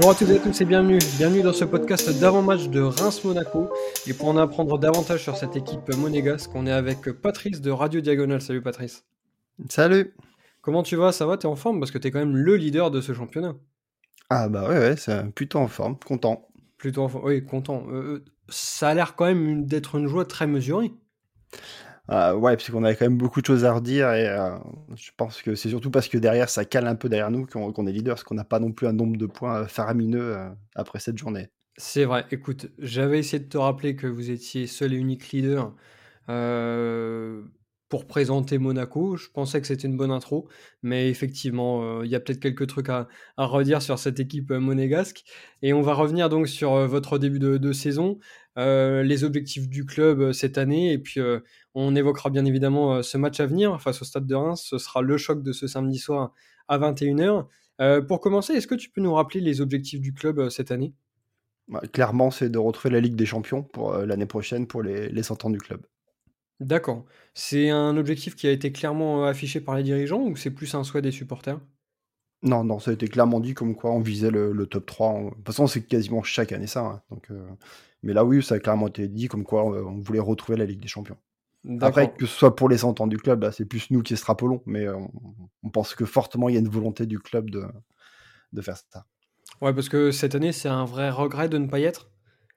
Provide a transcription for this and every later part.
Bonjour à toutes et à tous et bienvenue dans ce podcast d'avant-match de Reims-Monaco. Et pour en apprendre davantage sur cette équipe monégasque, on est avec Patrice de Radio Diagonale. Salut Patrice. Salut! Comment tu vas? Ça va? T'es en forme? Parce que t'es quand même le leader de ce championnat. Ah bah ouais, c'est plutôt en forme, content. Plutôt en forme. Oui, content. Ça a l'air quand même d'être une joie très mesurée. Ouais, parce qu'on avait quand même beaucoup de choses à redire et je pense que c'est surtout parce que derrière, ça cale un peu derrière nous qu'on est leader, parce qu'on n'a pas non plus un nombre de points faramineux après cette journée. C'est vrai. Écoute, j'avais essayé de te rappeler que vous étiez seul et unique leader. Heu, pour présenter Monaco. Je pensais que c'était une bonne intro, mais effectivement, il y a peut-être quelques trucs à redire sur cette équipe, monégasque et on va revenir donc sur, votre début de saison, les objectifs du club, cette année et puis, on évoquera bien évidemment, ce match à venir face au Stade de Reims. Ce sera le choc de ce samedi soir à 21:00. Pour commencer, est-ce que tu peux nous rappeler les objectifs du club, cette année? Bah, clairement, c'est de retrouver la Ligue des Champions pour l'année prochaine pour les 100 ans du club. D'accord. C'est un objectif qui a été clairement, affiché par les dirigeants ou c'est plus un souhait des supporters? Non, non, ça a été clairement dit comme quoi on visait le top 3. De toute façon, c'est quasiment chaque année ça, hein, mais là, oui, ça a clairement été dit comme quoi on voulait retrouver la Ligue des Champions. Après, D'accord. que ce soit pour les 100 ans du club, là, c'est plus nous qui extrapolons, mais on pense que fortement il y a une volonté du club de faire ça. Ouais, parce que cette année, c'est un vrai regret de ne pas y être?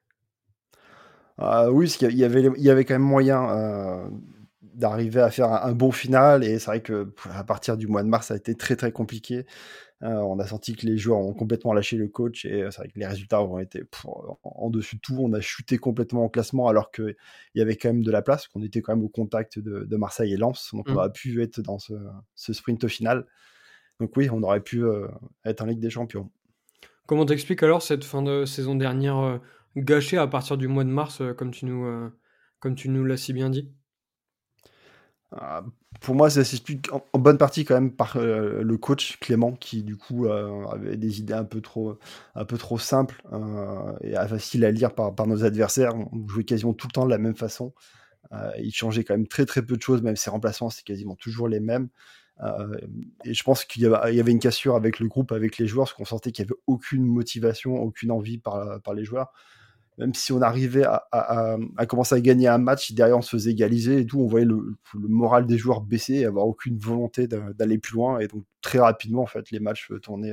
Oui, parce qu'il y avait quand même moyen d'arriver à faire un bon final, et c'est vrai que à partir du mois de mars, ça a été très très compliqué. On a senti que les joueurs ont complètement lâché le coach, et c'est vrai que les résultats ont été en dessus de tout. On a chuté complètement en classement alors qu'il y avait quand même de la place, qu'on était quand même au contact de Marseille et Lens, donc on Mmh. aurait pu être dans ce sprint final. Donc oui, on aurait pu être en Ligue des Champions. Comment t'expliques alors cette fin de saison dernière, gâchée à partir du mois de mars, comme tu nous l'as si bien dit? Ah, pour moi, ça s'explique en bonne partie quand même par le coach Clément, qui du coup avait des idées un peu trop simples et faciles à lire par nos adversaires. On jouait quasiment tout le temps de la même façon. Il changeait quand même très très peu de choses, même ses remplaçants, c'est quasiment toujours les mêmes. Et je pense qu'il y avait une cassure avec le groupe, avec les joueurs, parce qu'on sentait qu'il n'y avait aucune motivation, aucune envie par les joueurs. Même si on arrivait à commencer à gagner un match, derrière on se faisait égaliser et tout, on voyait le moral des joueurs baisser et avoir aucune volonté d'aller plus loin. Et donc très rapidement, en fait, les matchs tournaient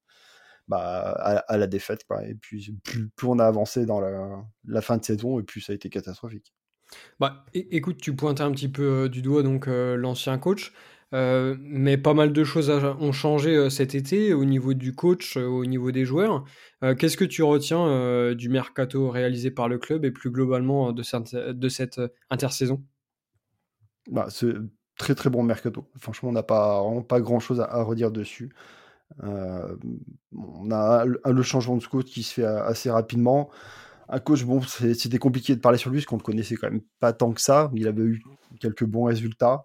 à la défaite, quoi. Et puis plus on a avancé dans la fin de saison, et plus ça a été catastrophique. Bah, écoute, tu pointais un petit peu, du doigt donc, l'ancien coach, mais pas mal de choses ont changé, cet été au niveau du coach, au niveau des joueurs. Qu'est-ce que tu retiens, du mercato réalisé par le club et plus globalement, de cette intersaison? C'est très très bon mercato. Franchement, on n'a pas vraiment pas grand-chose à redire dessus. Euh, on a le changement de coach qui se fait assez rapidement. Un coach, bon, c'était compliqué de parler sur lui parce qu'on le connaissait quand même pas tant que ça. Il avait eu quelques bons résultats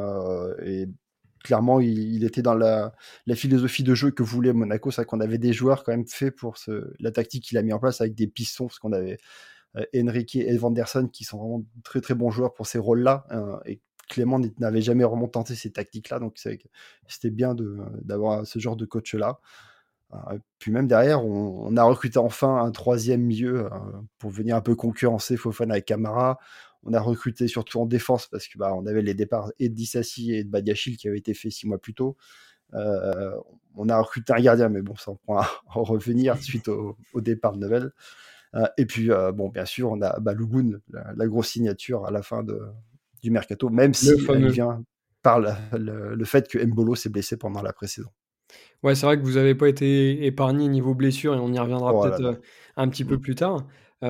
et clairement, il était dans la philosophie de jeu que voulait Monaco. C'est vrai qu'on avait des joueurs quand même faits pour la tactique qu'il a mis en place avec des pistons, parce qu'on avait Enrique et Vanderson qui sont vraiment très très bons joueurs pour ces rôles-là. Et Clément n'avait jamais vraiment tenté ces tactiques-là, donc c'était bien d'avoir ce genre de coach-là. Puis même derrière, on a recruté enfin un troisième milieu pour venir un peu concurrencer Fofana et Camara. On a recruté surtout en défense parce que on avait les départs et de Dissassi et de Badiachil qui avaient été faits 6 mois plus tôt. Euh, on a recruté un gardien, mais bon, ça on pourra en revenir suite au départ de Novell. Et puis, bon, bien sûr, on a Balogun, la grosse signature à la fin du mercato, même Le si il fameux. vient par le fait que Mbolo s'est blessé pendant la pré-saison. Ouais, c'est vrai que vous n'avez pas été épargné niveau blessure et on y reviendra Oh peut-être, là là. un petit Mm. peu plus tard.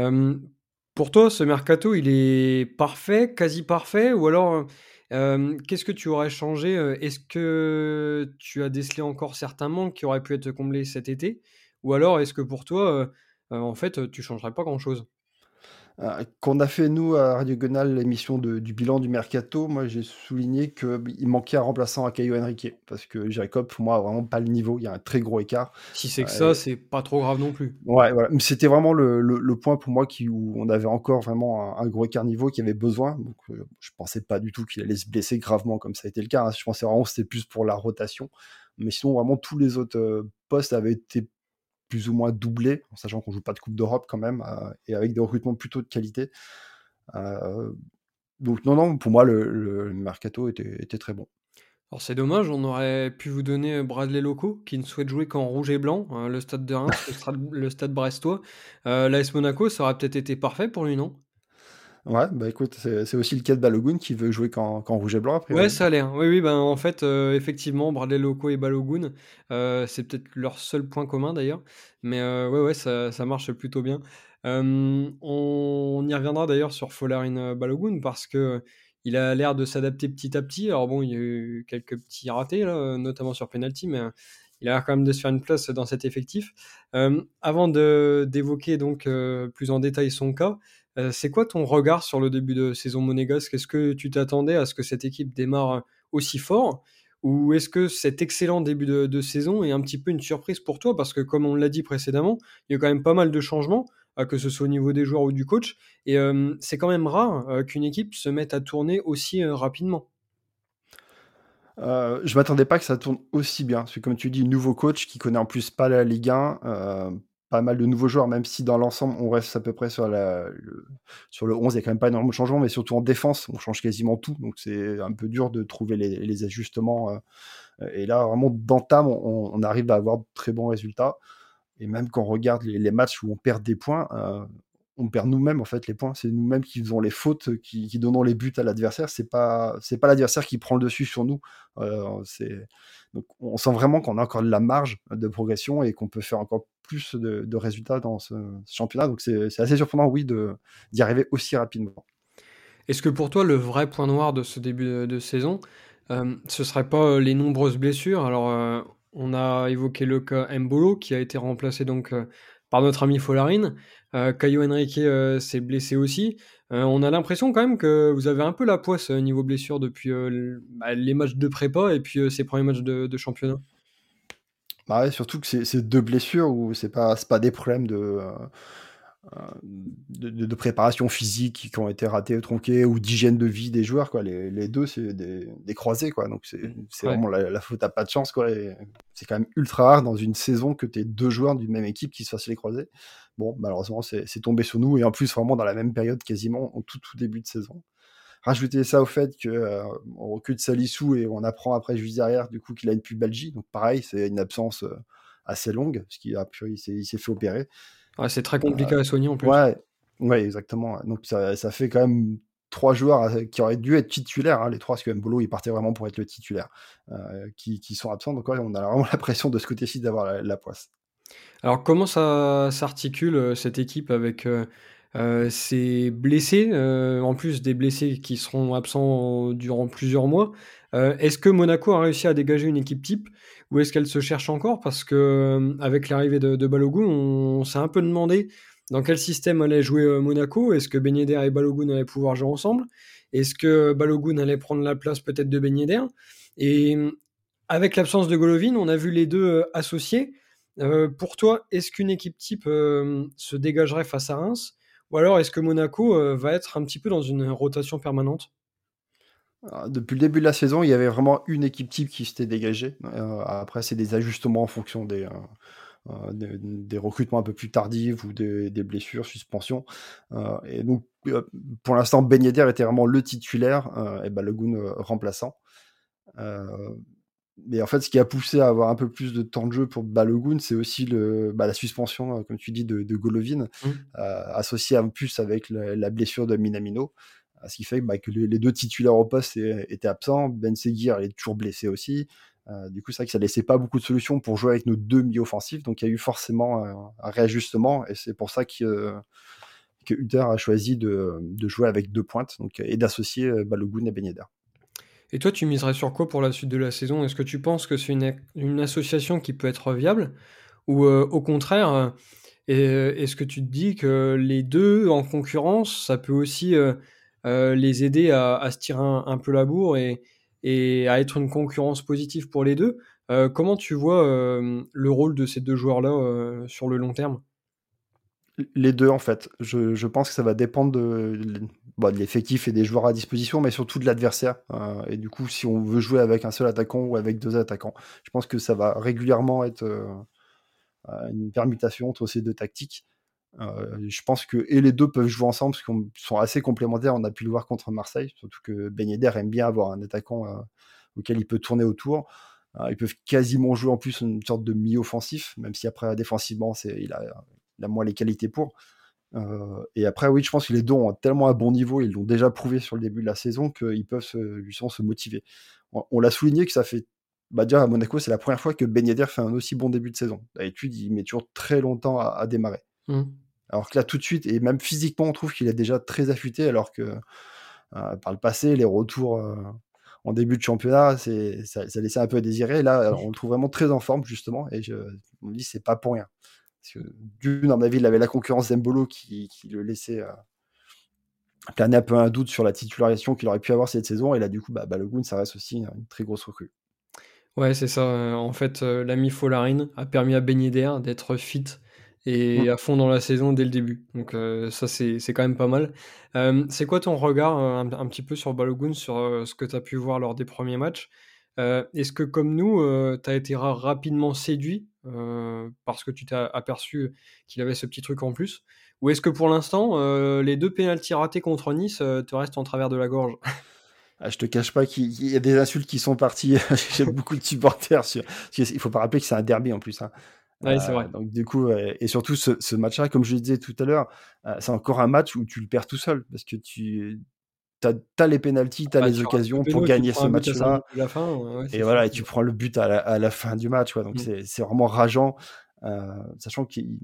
Pour toi, ce mercato, il est parfait, quasi parfait ou alors, qu'est-ce que tu aurais changé, Est-ce que tu as décelé encore certains manques qui auraient pu être comblés cet été? Ou alors est-ce que pour toi, en fait, tu changerais pas grand-chose? Qu'on a fait, nous, à Radio Gonal, l'émission du bilan du mercato, moi j'ai souligné qu'il manquait un remplaçant à Caio Henrique, parce que Jacob, pour moi, a vraiment pas le niveau. Il y a un très gros écart. Si c'est que ça, Et c'est pas trop grave non plus. ouais, voilà. Mais c'était vraiment le point pour moi où on avait encore vraiment un gros écart niveau qui avait besoin. Donc, je pensais pas du tout qu'il allait se blesser gravement comme ça a été le cas, hein. Je pensais vraiment que c'était plus pour la rotation. Mais sinon, vraiment, tous les autres postes avaient été plus ou moins doublé, en sachant qu'on joue pas de Coupe d'Europe quand même, et avec des recrutements plutôt de qualité. Donc non, pour moi, le mercato était très bon. Alors c'est dommage, on aurait pu vous donner, Bradley Loco, qui ne souhaite jouer qu'en rouge et blanc, le stade de Reims, le stade brestois. L'AS Monaco, ça aurait peut-être été parfait pour lui, non? Ouais, bah, écoute, c'est aussi le cas de Balogun qui veut jouer qu'en rouge et blanc a Ouais, priori. ça a l'air. Oui, oui, ben, en fait, effectivement, Bradley Loco et Balogun, c'est peut-être leur seul point commun d'ailleurs, mais ouais, ouais, ça marche plutôt bien. On y reviendra d'ailleurs sur Folarin, Balogun parce que il a l'air de s'adapter petit à petit. Alors bon, il y a eu quelques petits ratés là, notamment sur penalty, mais il a l'air quand même de se faire une place dans cet effectif. Avant d'évoquer donc, plus en détail son cas, c'est quoi ton regard sur le début de saison monégasque? Est-ce que tu t'attendais à ce que cette équipe démarre, aussi fort? Ou est-ce que cet excellent début de saison est un petit peu une surprise pour toi? Parce que comme on l'a dit précédemment, il y a quand même pas mal de changements, que ce soit au niveau des joueurs ou du coach et c'est quand même rare, qu'une équipe se mette à tourner aussi, rapidement. Je m'attendais pas que ça tourne aussi bien, parce que comme tu dis, nouveau coach qui connaît en plus pas la Ligue 1, pas mal de nouveaux joueurs, même si dans l'ensemble on reste à peu près sur le 11, il y a quand même pas énormément de changements, mais surtout en défense, on change quasiment tout, donc c'est un peu dur de trouver les ajustements, et là vraiment d'entame, on arrive à avoir de très bons résultats. Et même quand on regarde les matchs où on perd des points, on perd nous-mêmes en fait les points. C'est nous-mêmes qui faisons les fautes, qui donnons les buts à l'adversaire. C'est pas l'adversaire qui prend le dessus sur nous. Donc on sent vraiment qu'on a encore de la marge de progression et qu'on peut faire encore plus de résultats dans ce championnat. Donc c'est assez surprenant, oui, d'y arriver aussi rapidement. Est-ce que pour toi, le vrai point noir de ce début de saison, ce serait pas, les nombreuses blessures? Alors, on a évoqué le cas Embolo qui a été remplacé donc, par notre ami Folarin. Caio Henrique, s'est blessé aussi. On a l'impression quand même que vous avez un peu la poisse, niveau blessure depuis, les matchs de prépa et puis, ces premiers matchs de championnat. Bah ouais, surtout que c'est 2 blessures où c'est pas des problèmes de préparation physique qui ont été ratés ou tronqués ou d'hygiène de vie des joueurs, quoi. Les 2, c'est des croisés, quoi. Donc c'est Ouais. vraiment la faute à pas de chance, quoi. Et c'est quand même ultra rare dans une saison que tu aies 2 joueurs d'une même équipe qui se fassent les croisés. Bon, malheureusement, c'est tombé sur nous et en plus vraiment dans la même période quasiment, en tout début de saison. Rajouter ça au fait que, on recrute Salissou et on apprend après juste derrière, du coup, qu'il a une pubalgie. Donc pareil, c'est une absence, assez longue parce qu'il a priori, il s'est fait opérer. Ouais, c'est très compliqué à soigner en plus. Ouais, ouais, exactement, ouais. Donc ça fait quand même 3 joueurs, qui auraient dû être titulaires, hein, les 3 parce que Mbolo, il partait vraiment pour être le titulaire, qui sont absents. Donc ouais, on a vraiment l'impression de ce côté-ci d'avoir la poisse. Alors comment ça s'articule, cette équipe avec, ces blessés, en plus des blessés qui seront absents durant plusieurs mois? Est-ce que Monaco a réussi à dégager une équipe type ou est-ce qu'elle se cherche encore? Parce que, avec l'arrivée de Balogun, on s'est un peu demandé dans quel système allait jouer, Monaco. Est-ce que Ben Yedder et Balogun allaient pouvoir jouer ensemble? Est-ce que Balogun allait prendre la place peut-être de Ben Yedder? Et avec l'absence de Golovin, on a vu les 2 associés. Pour toi, est-ce qu'une équipe type, se dégagerait face à Reims? Ou alors est-ce que Monaco, va être un petit peu dans une rotation permanente? Depuis le début de la saison, il y avait vraiment une équipe type qui s'était dégagée. Après, c'est des ajustements en fonction des recrutements un peu plus tardifs ou des blessures, suspensions. Et donc, pour l'instant, Ben Yedder était vraiment le titulaire, et Balogun, remplaçant. Heu, mais en fait, ce qui a poussé à avoir un peu plus de temps de jeu pour Balogun, c'est aussi la suspension, comme tu dis, de Golovin, Mmh. associée en plus avec la blessure de Minamino. Ce qui fait, que les 2 titulaires au poste étaient absents. Ben Seguir est toujours blessé aussi. Du coup, c'est vrai que ça laissait pas beaucoup de solutions pour jouer avec nos 2 milieux offensifs. Donc il y a eu forcément un réajustement et c'est pour ça que Hutter a choisi de jouer avec 2 pointes donc et d'associer, Balogun et Ben Yedder. Et toi, tu miserais sur quoi pour la suite de la saison? Est-ce que tu penses que c'est une association qui peut être viable? Ou, au contraire, est-ce que tu te dis que les 2 en concurrence, ça peut aussi, les aider à se tirer un peu la bourre et à être une concurrence positive pour les 2? Comment tu vois, le rôle de ces 2 joueurs-là, sur le long terme? Les 2 en fait. Je pense que ça va dépendre de l'effectif et des joueurs à disposition, mais surtout de l'adversaire, et du coup, si on veut jouer avec un seul attaquant ou avec 2 attaquants. Je pense que ça va régulièrement être, une permutation entre ces 2 tactiques. Je pense que et les 2 peuvent jouer ensemble parce qu'ils sont assez complémentaires. On a pu le voir contre Marseille, surtout que Ben Yedder aime bien avoir un attaquant, auquel il peut tourner autour. Ils peuvent quasiment jouer en plus une sorte de mi-offensif, même si après défensivement, il a moins les qualités pour. Et après, oui, je pense que les deux ont tellement un bon niveau, ils l'ont déjà prouvé sur le début de la saison, qu'ils peuvent justement se motiver. On l'a souligné que ça fait. Bah déjà, à Monaco, c'est la première fois que Ben Yedder fait un aussi bon début de saison. D'habitude, il met toujours très longtemps à démarrer. Mmh. Alors que là, tout de suite, et même physiquement, on trouve qu'il est déjà très affûté, alors que par le passé, les retours en début de championnat, ça laissait un peu à désirer. Là, on le trouve vraiment très en forme, justement, et on me dit c'est pas pour rien. Parce que d'une, à mon avis, il avait la concurrence d'Embolo qui le laissait planer un peu un doute sur la titularisation qu'il aurait pu avoir cette saison. Et là, du coup, Balogun, ça reste aussi une très grosse recrue. Ouais, c'est ça, en fait, l'ami Folarin a permis à Ben Yedder d'être fit et Mm. à fond dans la saison dès le début. Donc ça, c'est quand même pas mal. C'est quoi ton regard, un petit peu sur Balogun, sur, ce que tu as pu voir lors des premiers matchs? Est-ce que comme nous, tu as été rapidement séduit, parce que tu t'es aperçu qu'il avait ce petit truc en plus? Ou est-ce que pour l'instant, les 2 pénaltys ratés contre Nice, te restent en travers de la gorge? Ah, je te cache pas qu'il y a des insultes qui sont parties chez beaucoup de supporters. Il faut pas rappeler que c'est un derby en plus, hein. Ouais, c'est vrai. Donc du coup, et surtout ce match-là, comme je le disais tout à l'heure, c'est encore un match où tu le perds tout seul parce que tu as les pénaltys, tu as Bah, les tu rates le occasions pour péno, tu gagner prends ce un but à 5 match-là. minutes de la fin, ouais, Et c'est sûr voilà, et que tu prends le but à la fin du match, quoi. Donc mmh. c'est vraiment rageant, sachant qu'il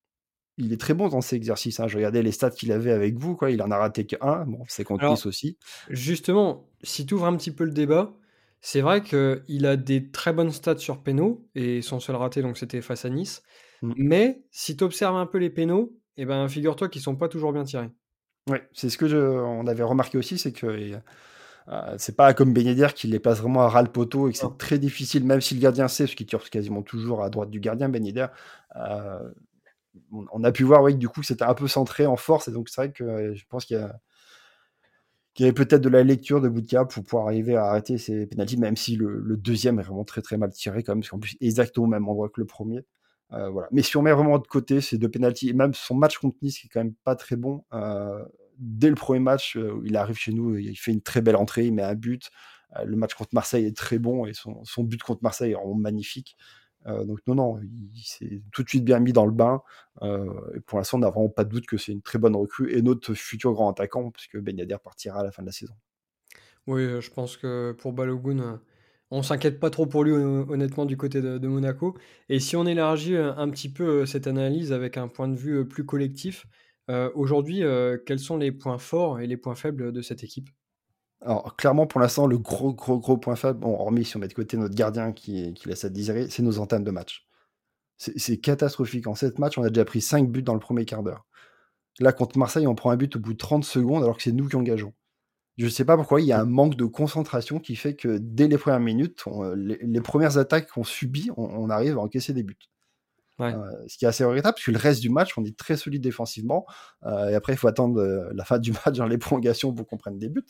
est très bon dans ces exercices, hein. Je regardais les stats qu'il avait avec vous, quoi. Il en a raté qu'1. Bon, c'est contre Alors, Nice aussi. justement, si tu ouvres un petit peu le débat, c'est vrai qu'il a des très bonnes stats sur pénaux et son seul raté, donc c'était face à Nice. Mmh. Mais si tu observes un peu les pénaux, et ben, figure-toi qu'ils sont pas toujours bien tirés. Ouais, c'est ce que on avait remarqué aussi, c'est que c'est pas comme Ben Yedder qui les place vraiment à ras le poteau et que c'est Non. très difficile, même si le gardien sait, parce qu'il tire quasiment toujours à droite du gardien, Ben Yedder. Heu, on a pu voir, oui, du coup, que c'était un peu centré en force, et donc c'est vrai que je pense qu'il y avait peut-être de la lecture de Boudkia pour pouvoir arriver à arrêter ces pénaltys, même si le deuxième est vraiment très très mal tiré quand même, parce qu'en plus exactement au même endroit que le premier. Voilà. Mais si on met vraiment de côté ces deux pénaltys, et même son match contre Nice qui est quand même pas très bon, dès le premier match, il arrive chez nous, il fait une très belle entrée, il met un but. Le match contre Marseille est très bon, et son but contre Marseille est vraiment magnifique. Donc non, non, il s'est tout de suite bien mis dans le bain. Et pour l'instant, on n'a vraiment pas de doute que c'est une très bonne recrue et notre futur grand attaquant, puisque Ben Yedder partira à la fin de la saison. Oui, je pense que pour Balogun, on s'inquiète pas trop pour lui, honnêtement, du côté de Monaco. Et si on élargit, un petit peu, cette analyse avec un point de vue, plus collectif, aujourd'hui, quels sont les points forts et les points faibles de cette équipe? Alors clairement, pour l'instant, le gros, gros, gros point faible, bon, hormis si on met de côté notre gardien qui laisse à désirer, c'est nos entames de match. C'est catastrophique. En 7 matchs, on a déjà pris 5 buts dans le premier quart d'heure. Là, contre Marseille, on prend un but au bout de 30 secondes alors que c'est nous qui engageons. Je ne sais pas pourquoi, il y a un manque de concentration qui fait que dès les premières minutes, les premières attaques qu'on subit, on arrive à encaisser des buts. Ouais. Ce qui est assez regrettable, parce que le reste du match, on est très solide défensivement. Et après, il faut attendre la fin du match dans les prolongations pour qu'on prenne des buts,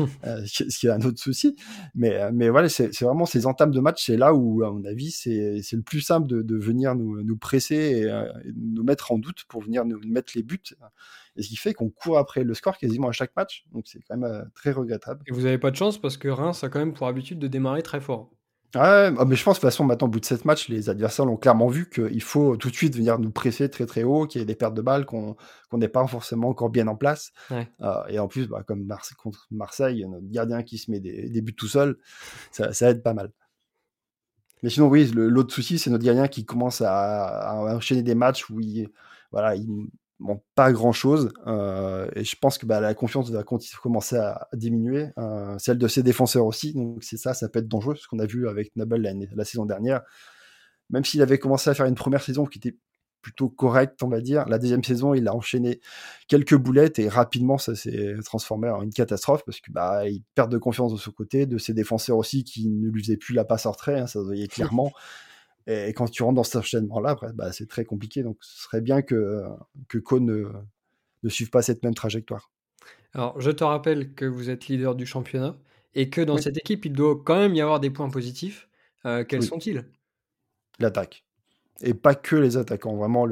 ce qui est un autre souci. Mais voilà, c'est vraiment ces entames de match, c'est là où, à mon avis, c'est le plus simple de venir nous presser et nous mettre en doute pour venir nous mettre les buts. Et ce qui fait qu'on court après le score quasiment à chaque match. Donc c'est quand même très regrettable. Et vous avez pas de chance parce que Reims a quand même pour habitude de démarrer très fort. Ouais, mais je pense de toute façon maintenant au bout de 7 matchs, les adversaires l'ont clairement vu qu'il faut tout de suite venir nous presser très, très haut, qu'il y ait des pertes de balles, qu'on n'est pas forcément encore bien en place. Ouais. Et en plus, comme contre Marseille, notre gardien qui se met des buts tout seul, ça aide pas mal. Mais sinon, oui, l'autre souci, c'est notre gardien qui commence à enchaîner des matchs où voilà, il manque pas grand-chose. Et je pense que la confiance va commencer à diminuer, celle de ses défenseurs aussi. Donc c'est ça peut être dangereux, ce qu'on a vu avec Nabel la saison dernière. Même s'il avait commencé à faire une première saison qui était plutôt correcte, on va dire, la deuxième saison, il a enchaîné quelques boulettes et rapidement, ça s'est transformé en une catastrophe parce que il perd de confiance de ce côté, de ses défenseurs aussi qui ne lui faisaient plus la passe en retrait, hein, ça se voyait clairement. Et quand tu rentres dans cet enchaînement-là, après, c'est très compliqué. Donc, ce serait bien que Cohn ne suive pas cette même trajectoire. Alors, je te rappelle que vous êtes leader du championnat et que dans Oui, cette équipe, il doit quand même y avoir des points positifs. Quels oui, sont-ils? l'attaque. et pas que les attaquants. Vraiment,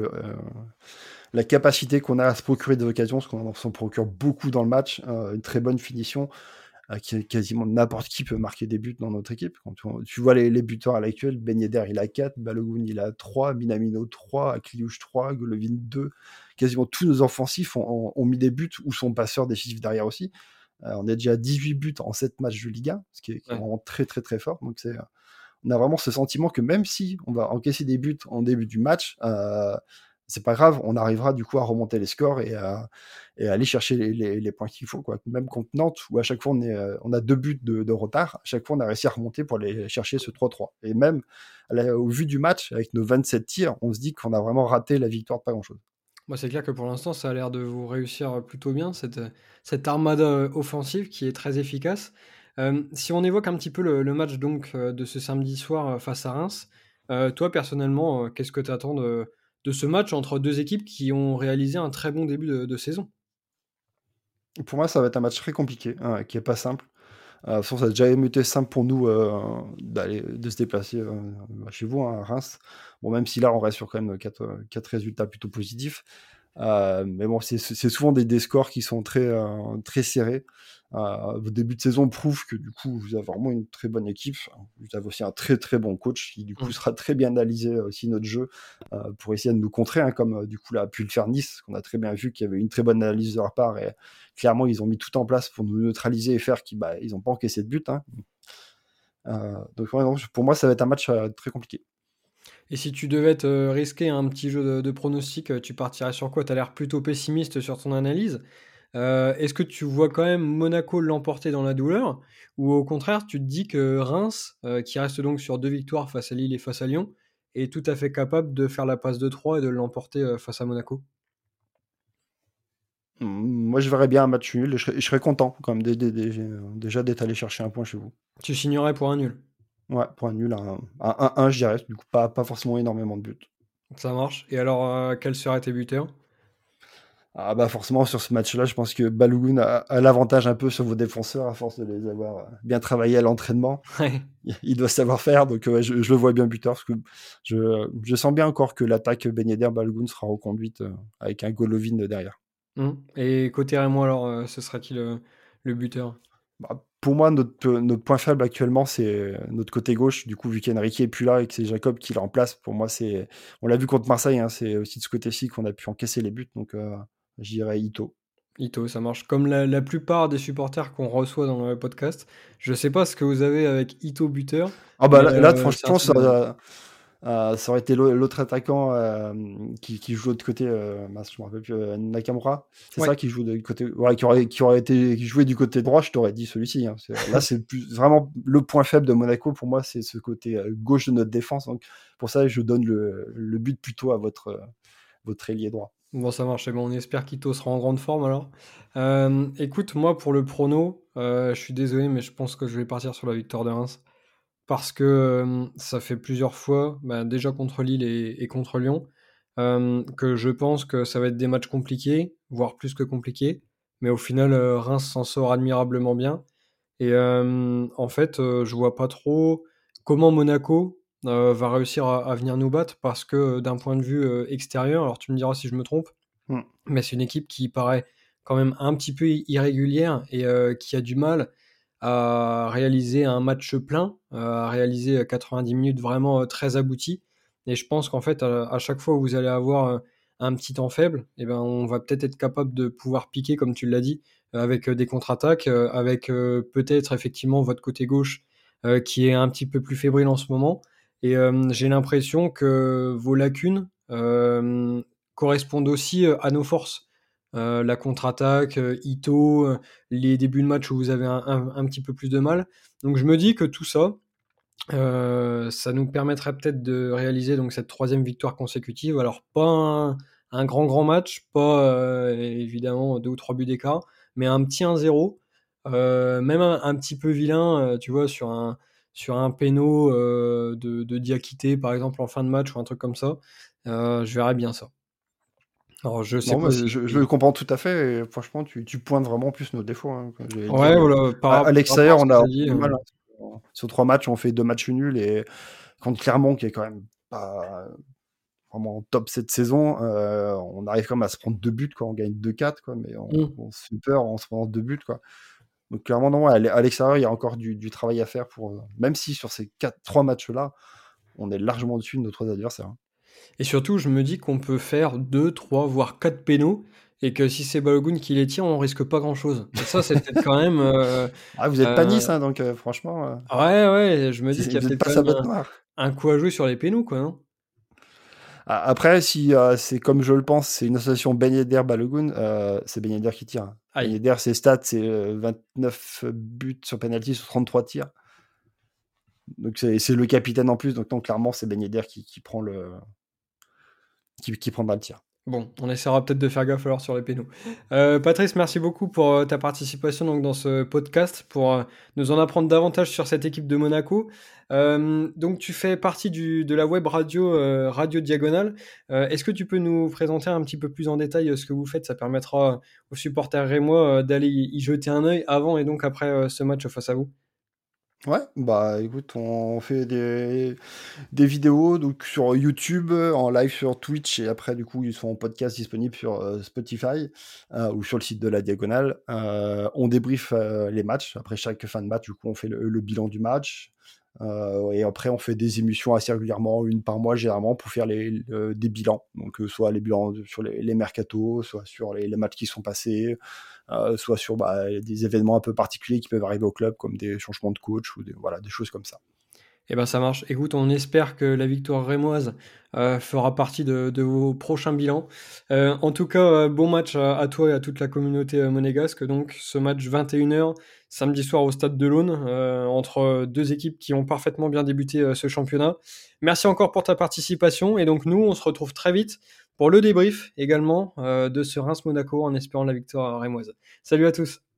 la capacité qu'on a à se procurer des occasions, parce qu'on s'en procure beaucoup dans le match, une très bonne finition, quasiment n'importe qui peut marquer des buts dans notre équipe. Quand tu vois les buteurs à l'actuel, Ben Yedder, il a 4, Balogun, il a 3, Minamino 3, Akliouche 3, Golovin 2. Quasiment tous nos offensifs ont mis des buts ou sont passeurs décisifs derrière aussi. On est déjà à 18 buts en 7 matchs de Ligue 1, ce qui est vraiment très très très fort. Donc on a vraiment ce sentiment que même si on va encaisser des buts en début du match, c'est pas grave, on arrivera du coup à remonter les scores et à aller chercher les points qu'il faut, quoi. Même contre Nantes, où à chaque fois on a 2 buts de retard, à chaque fois on a réussi à remonter pour aller chercher ce 3-3. Et même au vu du match, avec nos 27 tirs, on se dit qu'on a vraiment raté la victoire de pas grand-chose. Moi, c'est clair que pour l'instant, ça a l'air de vous réussir plutôt bien, cette armada offensive qui est très efficace. Si on évoque un petit peu le match donc de ce samedi soir face à Reims, toi personnellement, qu'est-ce que tu attends de ce match entre deux équipes qui ont réalisé un très bon début de saison? Pour moi, ça va être un match très compliqué, hein, qui est pas simple. De toute façon, ça a déjà été simple pour nous de se déplacer chez vous, hein, à Reims. Bon, même si là, on reste sur quand même 4 résultats plutôt positifs. Mais bon, c'est souvent des scores qui sont très serrés. Vos débuts de saison prouvent que du coup, vous avez vraiment une très bonne équipe. Vous avez aussi un très très bon coach qui du coup sera très bien analysé aussi notre jeu pour essayer de nous contrer, hein, comme du coup là a pu le faire Nice, qu'on a très bien vu qu'il y avait une très bonne analyse de leur part et clairement ils ont mis tout en place pour nous neutraliser et faire qu'ils ils n'ont pas encaissé de but. Hein. Donc ouais, non, pour moi, ça va être un match très compliqué. Et si tu devais te risquer un petit jeu de pronostic, tu partirais sur quoi? Tu as l'air plutôt pessimiste sur ton analyse. Est-ce que tu vois quand même Monaco l'emporter dans la douleur? Ou au contraire, tu te dis que Reims, qui reste donc sur 2 victoires face à Lille et face à Lyon, est tout à fait capable de faire la passe de 3 et de l'emporter, face à Monaco? Moi, je verrais bien un match nul et je serais content quand même déjà d'être allé chercher un point chez vous. Tu signerais pour un nul? Ouais, pour un nul, un 1-1, je dirais. Du coup, pas forcément énormément de buts. Ça marche. Et alors, quels seraient tes buteurs? Ah bah forcément, sur ce match-là, je pense que Balogun a l'avantage un peu sur vos défenseurs à force de les avoir bien travaillés à l'entraînement. Ouais. Il doit savoir faire, donc ouais, je le vois bien buteur, parce que je sens bien encore que l'attaque Ben Yedder Balogun sera reconduite avec un Golovin derrière. Mmh. Et côté Rémois alors, ce sera qui le buteur? Bah, pour moi, notre point faible actuellement, c'est notre côté gauche. Du coup, vu qu'Enrique est plus là et que c'est Jacob qui le remplace, pour moi, on l'a vu contre Marseille, hein, c'est aussi de ce côté-ci qu'on a pu encaisser les buts. Donc, je dirais Ito. Ito, ça marche. Comme la plupart des supporters qu'on reçoit dans le podcast. Je sais pas ce que vous avez avec Ito buteur, Ah bah mais là, c'est un franchement, truc de dingue. ça aurait été l'autre attaquant qui joue de l'autre côté. Mince, je me rappelle plus. Nakamura, c'est Ouais. ça qui joue de côté. Ouais, qui joué du côté droit. Je t'aurais dit celui-ci. Hein. Là, c'est vraiment le point faible de Monaco pour moi, c'est ce côté gauche de notre défense. Donc pour ça, je donne le but plutôt à votre ailier droit. Bon, ça marche, et bon, on espère qu'Ito sera en grande forme alors. Écoute, moi pour le prono, je suis désolé, mais je pense que je vais partir sur la victoire de Reims. Parce que ça fait plusieurs fois, bah, déjà contre Lille et contre Lyon, que je pense que ça va être des matchs compliqués, voire plus que compliqués. Mais au final, Reims s'en sort admirablement bien. Et en fait, je vois pas trop comment Monaco va réussir à venir nous battre parce que d'un point de vue extérieur, alors tu me diras si je me trompe, Hmm. mais c'est une équipe qui paraît quand même un petit peu irrégulière et qui a du mal à réaliser un match plein, à réaliser 90 minutes vraiment très abouties. Et je pense qu'en fait, à chaque fois où vous allez avoir un petit temps faible, eh ben, on va peut-être être capable de pouvoir piquer, comme tu l'as dit, avec des contre-attaques, avec peut-être effectivement votre côté gauche qui est un petit peu plus fébrile en ce moment. Et j'ai l'impression que vos lacunes correspondent aussi à nos forces. La contre-attaque, Ito, les débuts de match où vous avez un petit peu plus de mal. Donc je me dis que tout ça, ça nous permettrait peut-être de réaliser donc cette 3e victoire consécutive. Alors pas un grand match, pas, évidemment 2 ou 3 buts d'écart, mais un petit 1-0, même un petit peu vilain, tu vois? Sur un péno, de Diakité, par exemple, en fin de match ou un truc comme ça. Je verrais bien ça. Alors je sais Non, pas mais si je le comprends tout à fait. Et franchement, tu pointes vraiment plus nos défauts. Hein, comme j'allais dire, ouais, voilà, à par rapport à l'extérieur, ce on que a tu as dit, du mal. Hein. Sur 3 matchs, on fait 2 matchs nuls et contre Clermont, qui est quand même pas. vraiment top cette saison. On arrive quand même à se prendre 2 buts, quoi. On gagne 2-4, quoi, mais Mmh. on se fait peur en se prenant 2 buts, quoi. Donc clairement, non, à l'extérieur, il y a encore du travail à faire pour, même si sur ces 3 matchs-là, on est largement au-dessus de nos 3 adversaires, hein. Et surtout, je me dis qu'on peut faire 2, 3, voire 4 pénaux et que si c'est Balogun qui les tire, on risque pas grand-chose. Et ça, c'est peut-être quand même, Ah, vous êtes pas heu Nice, hein, donc franchement, ouais, ouais, je me dis qu'il y a vous êtes peut-être pas quand sa même bête noire. un coup à jouer sur les pénaux, quoi, non? Après, si c'est comme je le pense, c'est une association Ben Yedder Balogun, c'est Ben Yedder qui tire, hein. Ben Aïe. Yedder, ses stats, c'est 29 buts sur penalty sur 33 tirs. Donc c'est le capitaine en plus, donc non, clairement, c'est Ben Yedder qui prend qui prendra le tir. Bon, on essaiera peut-être de faire gaffe alors sur les pénaux. Patrice, merci beaucoup pour ta participation donc, dans ce podcast, pour nous en apprendre davantage sur cette équipe de Monaco. Donc tu fais partie de la web radio Radio Diagonale. Est-ce que tu peux nous présenter un petit peu plus en détail ce que vous faites? Ça permettra aux supporters rémois d'aller y jeter un œil avant et donc après ce match face à vous. Ouais, bah écoute, on fait des vidéos donc sur YouTube, en live sur Twitch et après du coup ils sont en podcast disponibles sur Spotify ou sur le site de la Diagonale. On débriefe les matchs. Après chaque fin de match, du coup on fait le bilan du match. Et après on fait des émissions assez régulièrement, une par mois généralement, pour faire des bilans. Donc soit les bilans sur les mercatos, soit sur les matchs qui sont passés, soit sur des événements un peu particuliers qui peuvent arriver au club, comme des changements de coach ou voilà, des choses comme ça. Eh ben ça marche. Écoute, on espère que la victoire rémoise fera partie de vos prochains bilans. En tout cas, bon match à toi et à toute la communauté monégasque. Donc, ce match 21h, samedi soir au Stade de l'Aune, entre deux équipes qui ont parfaitement bien débuté ce championnat. Merci encore pour ta participation. Et donc, nous, on se retrouve très vite pour le débrief également de ce Reims-Monaco en espérant la victoire rémoise. Salut à tous.